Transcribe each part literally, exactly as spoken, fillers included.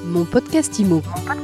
Mon podcast Imo.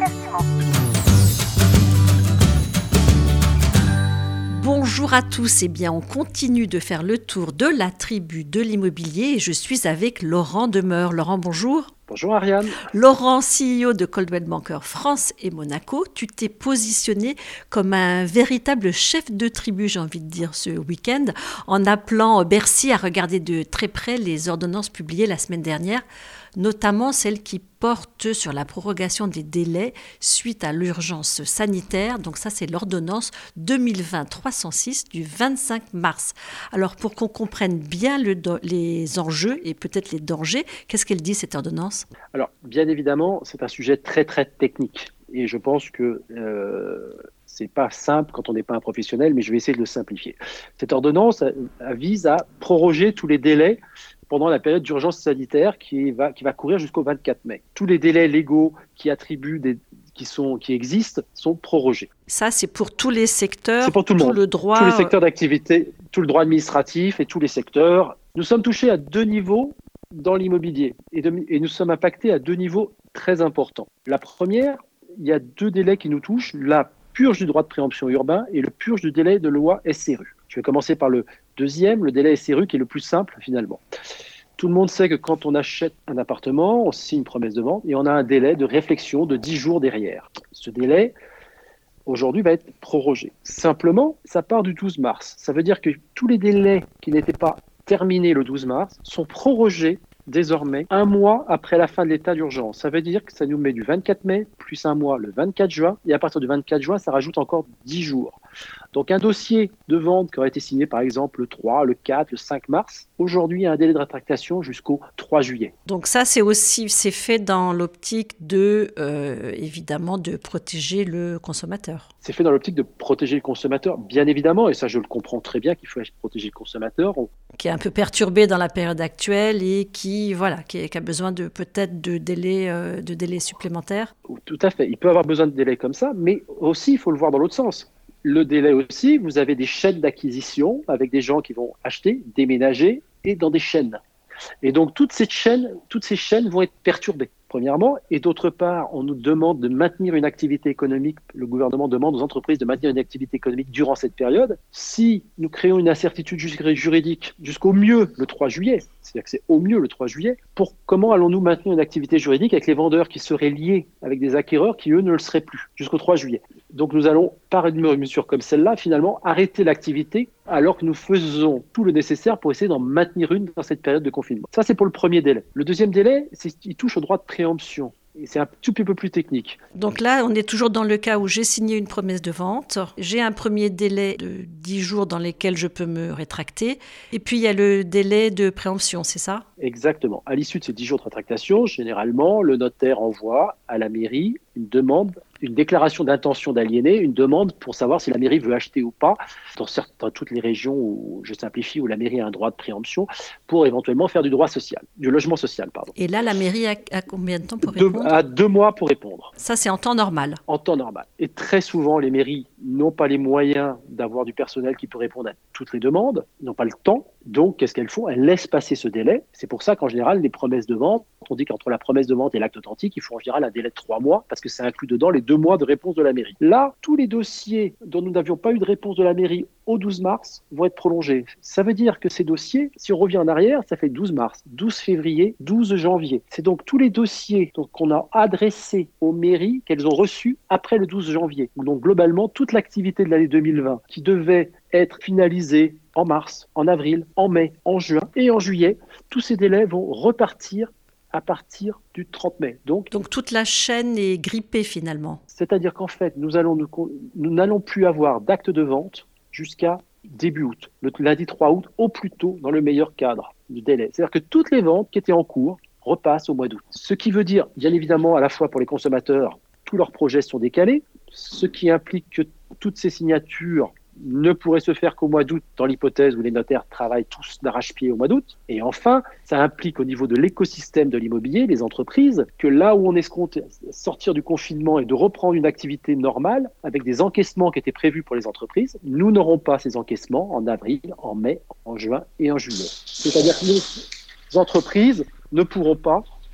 Bonjour à tous, eh bien on continue de faire le tour de la tribu de l'immobilier et je suis avec Laurent Demeure. Laurent, bonjour. Bonjour Ariane. Laurent, C E O de Coldwell Banker France et Monaco, tu t'es positionné comme un véritable chef de tribu, j'ai envie de dire, ce week-end, en appelant Bercy à regarder de très près les ordonnances publiées la semaine dernière, notamment celles qui portent sur la prorogation des délais suite à l'urgence sanitaire. Donc ça, c'est l'ordonnance deux mille vingt trois cent six du vingt-cinq mars. Alors, pour qu'on comprenne bien le, les enjeux et peut-être les dangers, qu'est-ce qu'elle dit, cette ordonnance ? Alors, bien évidemment, c'est un sujet très, très technique. Et je pense que euh, c'est pas simple quand on n'est pas un professionnel, mais je vais essayer de le simplifier. Cette ordonnance elle, elle vise à proroger tous les délais pendant la période d'urgence sanitaire qui va, qui va courir jusqu'au vingt-quatre mai. Tous les délais légaux qui attribuent des, qui, sont, qui existent sont prorogés. Ça, c'est pour tous les secteurs, c'est pour tout le tout monde. le droit. Tous les secteurs d'activité, tout le droit administratif et tous les secteurs. Nous sommes touchés à deux niveaux dans l'immobilier et, de, et nous sommes impactés à deux niveaux très importants. La première, il y a deux délais qui nous touchent, la purge du droit de préemption urbain et le purge du délai de loi S R U. Je vais commencer par le deuxième, le délai S R U, qui est le plus simple finalement. Tout le monde sait que quand on achète un appartement, on signe une promesse de vente et on a un délai de réflexion de dix jours derrière. Ce délai, aujourd'hui, va être prorogé. Simplement, ça part du douze mars. Ça veut dire que tous les délais qui n'étaient pas terminés le douze mars sont prorogés désormais un mois après la fin de l'état d'urgence. Ça veut dire que ça nous met du vingt-quatre mai plus un mois le vingt-quatre juin et à partir du vingt-quatre juin, ça rajoute encore dix jours. Donc un dossier de vente qui aurait été signé par exemple le trois, le quatre, le cinq mars, aujourd'hui a un délai de rétractation jusqu'au trois juillet. Donc ça c'est aussi c'est fait dans l'optique de euh, évidemment de protéger le consommateur. C'est fait dans l'optique de protéger le consommateur, bien évidemment, et ça je le comprends très bien qu'il faut protéger le consommateur. On... Qui est un peu perturbé dans la période actuelle et qui voilà qui, qui a besoin de peut-être de délais euh, de délais supplémentaires. Tout à fait, il peut avoir besoin de délais comme ça, mais aussi il faut le voir dans l'autre sens. Le délai aussi, vous avez des chaînes d'acquisition avec des gens qui vont acheter, déménager et dans des chaînes. Et donc toutes ces chaînes, toutes ces chaînes vont être perturbées, premièrement. Et d'autre part, on nous demande de maintenir une activité économique. Le gouvernement demande aux entreprises de maintenir une activité économique durant cette période. Si nous créons une incertitude juridique jusqu'au mieux le trois juillet, c'est-à-dire que c'est au mieux le trois juillet, pour comment allons-nous maintenir une activité juridique avec les vendeurs qui seraient liés avec des acquéreurs qui, eux, ne le seraient plus jusqu'au trois juillet. Donc nous allons, par une mesure comme celle-là, finalement, arrêter l'activité alors que nous faisons tout le nécessaire pour essayer d'en maintenir une dans cette période de confinement. Ça, c'est pour le premier délai. Le deuxième délai, c'est, il touche au droit de préemption. Et c'est un tout petit peu plus technique. Donc là, on est toujours dans le cas où j'ai signé une promesse de vente. J'ai un premier délai de dix jours dans lesquels je peux me rétracter. Et puis, il y a le délai de préemption, c'est ça ? Exactement. À l'issue de ces dix jours de rétractation, généralement, le notaire envoie à la mairie une demande, une déclaration d'intention d'aliéner, une demande pour savoir si la mairie veut acheter ou pas, dans, certaines, dans toutes les régions où, je simplifie, où la mairie a un droit de préemption, pour éventuellement faire du droit social, du logement social, pardon. Et là, la mairie a, a combien de temps pour Deux, répondre ? À deux mois pour répondre. Ça, c'est en temps normal. En temps normal. Et très souvent, les mairies n'ont pas les moyens d'avoir du personnel qui peut répondre à toutes les demandes, n'ont pas le temps. Donc, qu'est-ce qu'elles font ? Elles laissent passer ce délai. C'est pour ça qu'en général, les promesses de vente, on dit qu'entre la promesse de vente et l'acte authentique, il faut en général un délai de trois mois parce que ça inclut dedans les deux mois de réponse de la mairie. Là, tous les dossiers dont nous n'avions pas eu de réponse de la mairie au douze mars vont être prolongés. Ça veut dire que ces dossiers, si on revient en arrière, ça fait douze mars, douze février, douze janvier. C'est donc tous les dossiers donc, qu'on a adressés aux mairies qu'elles ont reçus après le douze janvier. Donc globalement, toute l'activité de l'année deux mille vingt qui devait être finalisée en mars, en avril, en mai, en juin et en juillet, tous ces délais vont repartir à partir du trente mai. Donc, Donc toute la chaîne est grippée finalement. C'est-à-dire qu'en fait, nous, allons nous, nous n'allons plus avoir d'acte de vente jusqu'à début août, le lundi trois août, au plus tôt, dans le meilleur cadre du délai. C'est-à-dire que toutes les ventes qui étaient en cours repassent au mois d'août. Ce qui veut dire, bien évidemment, à la fois pour les consommateurs, tous leurs projets sont décalés, ce qui implique que toutes ces signatures ne pourrait se faire qu'au mois d'août, dans l'hypothèse où les notaires travaillent tous d'arrache-pied au mois d'août. Et enfin, ça implique au niveau de l'écosystème de l'immobilier, les entreprises, que là où on escompte sortir du confinement et de reprendre une activité normale, avec des encaissements qui étaient prévus pour les entreprises, nous n'aurons pas ces encaissements en avril, en mai, en juin et en juillet. C'est-à-dire que les entreprises ne pourront pas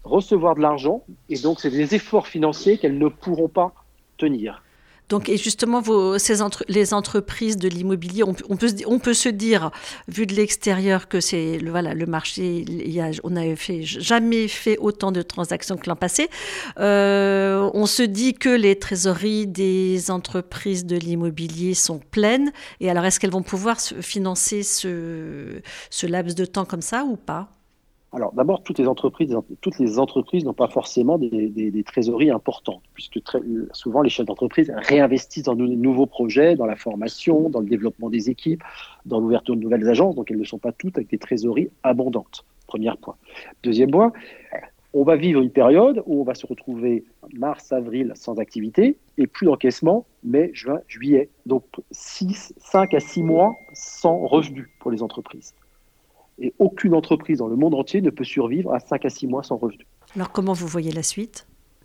recevoir de l'argent, et donc c'est des efforts financiers qu'elles ne pourront pas tenir. Donc, et justement, vos, ces entre, les entreprises de l'immobilier, on, on, peut se, on peut se dire, vu de l'extérieur, que c'est le, voilà, le marché, il y a, on n'avait fait, jamais fait autant de transactions que l'an passé. Euh, on se dit que les trésoreries des entreprises de l'immobilier sont pleines. Et alors, est-ce qu'elles vont pouvoir financer ce, ce laps de temps comme ça ou pas ? Alors d'abord, toutes les entreprises, toutes les entreprises n'ont pas forcément des, des, des trésoreries importantes, puisque très, souvent les chefs d'entreprise réinvestissent dans de nouveaux projets, dans la formation, dans le développement des équipes, dans l'ouverture de nouvelles agences, donc elles ne sont pas toutes avec des trésoreries abondantes. Premier point. Deuxième point, on va vivre une période où on va se retrouver mars, avril sans activité et plus d'encaissement mai, juin, juillet. Donc six, cinq à six mois sans revenus pour les entreprises. Et aucune entreprise dans le monde entier ne peut survivre à cinq à six mois sans revenus. Alors, comment vous voyez la suite ?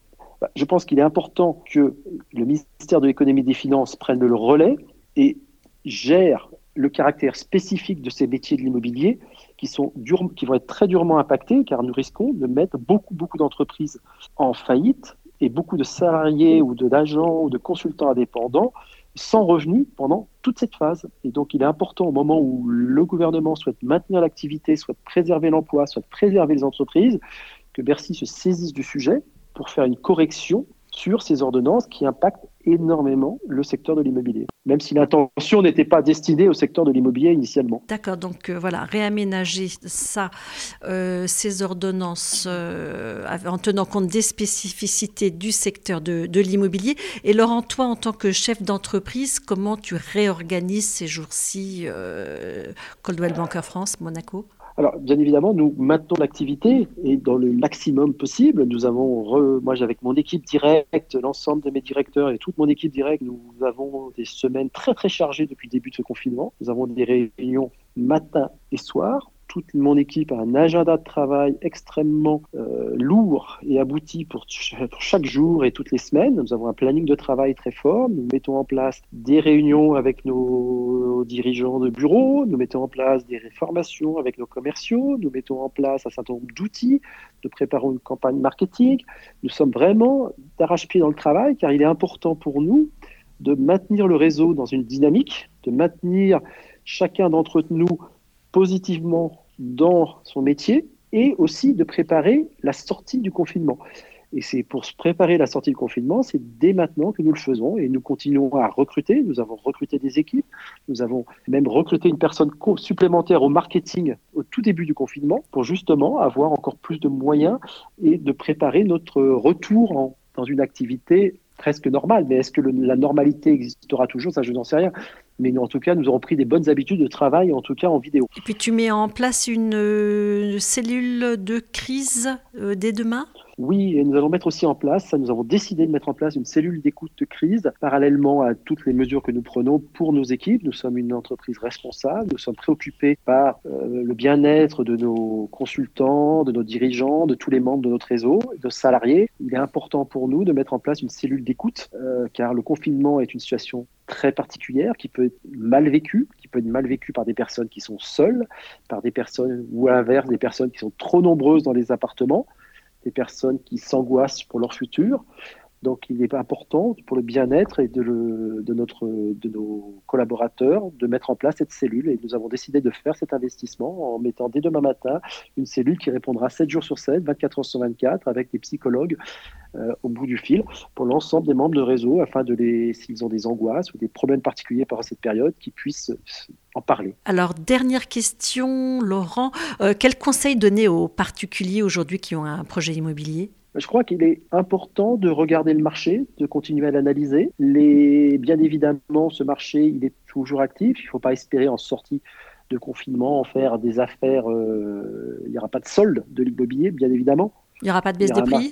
Je pense qu'il est important que le ministère de l'économie et des finances prenne le relais et gère le caractère spécifique de ces métiers de l'immobilier qui, sont dur, qui vont être très durement impactés, car nous risquons de mettre beaucoup, beaucoup d'entreprises en faillite et beaucoup de salariés ou de, d'agents ou de consultants indépendants sans revenus pendant toute cette phase. Et donc, il est important au moment où le gouvernement souhaite maintenir l'activité, souhaite préserver l'emploi, souhaite préserver les entreprises, que Bercy se saisisse du sujet pour faire une correction sur ces ordonnances qui impactent énormément le secteur de l'immobilier, même si l'intention n'était pas destinée au secteur de l'immobilier initialement. D'accord, donc euh, voilà, réaménager ça, euh, ces ordonnances euh, en tenant compte des spécificités du secteur de, de l'immobilier. Et Laurent, toi, en tant que chef d'entreprise, comment tu réorganises ces jours-ci euh, Coldwell Banker France, Monaco ? Alors, bien évidemment, nous maintenons l'activité et dans le maximum possible. Nous avons, re... moi, avec mon équipe directe, l'ensemble de mes directeurs et toute mon équipe directe, nous avons des semaines très, très chargées depuis le début de ce confinement. Nous avons des réunions matin et soir. Toute mon équipe a un agenda de travail extrêmement euh, lourd et abouti pour, ch- pour chaque jour et toutes les semaines. Nous avons un planning de travail très fort. Nous mettons en place des réunions avec nos dirigeants de bureau. Nous mettons en place des formations avec nos commerciaux. Nous mettons en place un certain nombre d'outils. Nous préparons une campagne marketing. Nous sommes vraiment d'arrache-pied dans le travail car il est important pour nous de maintenir le réseau dans une dynamique, de maintenir chacun d'entre nous positivement dans son métier et aussi de préparer la sortie du confinement. Et c'est pour se préparer la sortie du confinement, c'est dès maintenant que nous le faisons et nous continuons à recruter. Nous avons recruté des équipes, nous avons même recruté une personne supplémentaire au marketing au tout début du confinement pour justement avoir encore plus de moyens et de préparer notre retour en, dans une activité presque normale. Mais est-ce que le, la normalité existera toujours ? Ça, je n'en sais rien. Mais nous, en tout cas, nous aurons pris des bonnes habitudes de travail, en tout cas en vidéo. Et puis tu mets en place une, une cellule de crise euh, dès demain ? Oui, et nous allons mettre aussi en place, ça, nous avons décidé de mettre en place une cellule d'écoute de crise, parallèlement à toutes les mesures que nous prenons pour nos équipes. Nous sommes une entreprise responsable, nous sommes préoccupés par euh, le bien-être de nos consultants, de nos dirigeants, de tous les membres de notre réseau, de nos salariés. Il est important pour nous de mettre en place une cellule d'écoute, euh, car le confinement est une situation très particulière, qui peut être mal vécue, qui peut être mal vécue par des personnes qui sont seules, par des personnes, ou à l'inverse, des personnes qui sont trop nombreuses dans les appartements, des personnes qui s'angoissent pour leur futur. Donc, il est important pour le bien-être et de, le, de, notre, de nos collaborateurs de mettre en place cette cellule. Et nous avons décidé de faire cet investissement en mettant dès demain matin une cellule qui répondra sept jours sur sept, vingt-quatre heures sur vingt-quatre, avec des psychologues euh, au bout du fil pour l'ensemble des membres de réseau, afin de les, s'ils ont des angoisses ou des problèmes particuliers pendant cette période, qu'ils puissent en parler. Alors, dernière question, Laurent. Euh, quel conseil donner aux particuliers aujourd'hui qui ont un projet immobilier ? Je crois qu'il est important de regarder le marché, de continuer à l'analyser. Les, bien évidemment, ce marché, il est toujours actif. Il ne faut pas espérer en sortie de confinement en faire des affaires. Euh, il n'y aura pas de solde de l'immobilier, bien évidemment. Il n'y aura pas de baisse des prix ?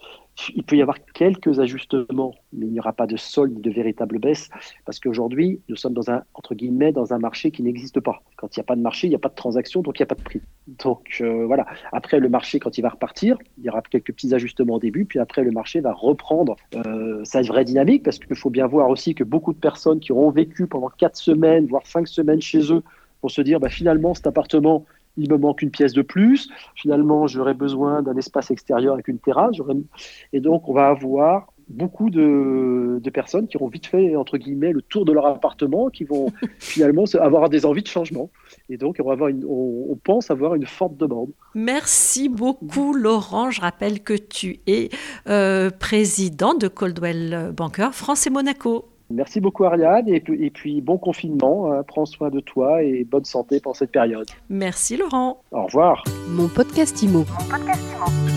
Il peut y avoir quelques ajustements, mais il n'y aura pas de solde, de véritable baisse, parce qu'aujourd'hui, nous sommes dans un, entre guillemets, dans un marché qui n'existe pas. Quand il n'y a pas de marché, il n'y a pas de transaction, donc il n'y a pas de prix. Donc euh, voilà. Après, le marché, quand il va repartir, il y aura quelques petits ajustements au début, puis après, le marché va reprendre euh, sa vraie dynamique, parce qu'il faut bien voir aussi que beaucoup de personnes qui auront vécu pendant quatre semaines, voire cinq semaines chez eux, vont se dire, bah, finalement, cet appartement, il me manque une pièce de plus. Finalement, j'aurais besoin d'un espace extérieur avec une terrasse. J'aurais... Et donc, on va avoir beaucoup de, de personnes qui auront vite fait, entre guillemets, le tour de leur appartement, qui vont finalement avoir des envies de changement. Et donc, on, va avoir une, on, on pense avoir une forte demande. Merci beaucoup, Laurent. Je rappelle que tu es euh, président de Coldwell Banker France et Monaco. Merci beaucoup, Ariane. Et puis, et puis bon confinement. Hein, prends soin de toi et bonne santé pendant cette période. Merci, Laurent. Au revoir. Mon podcast Imo. Mon podcast Imo.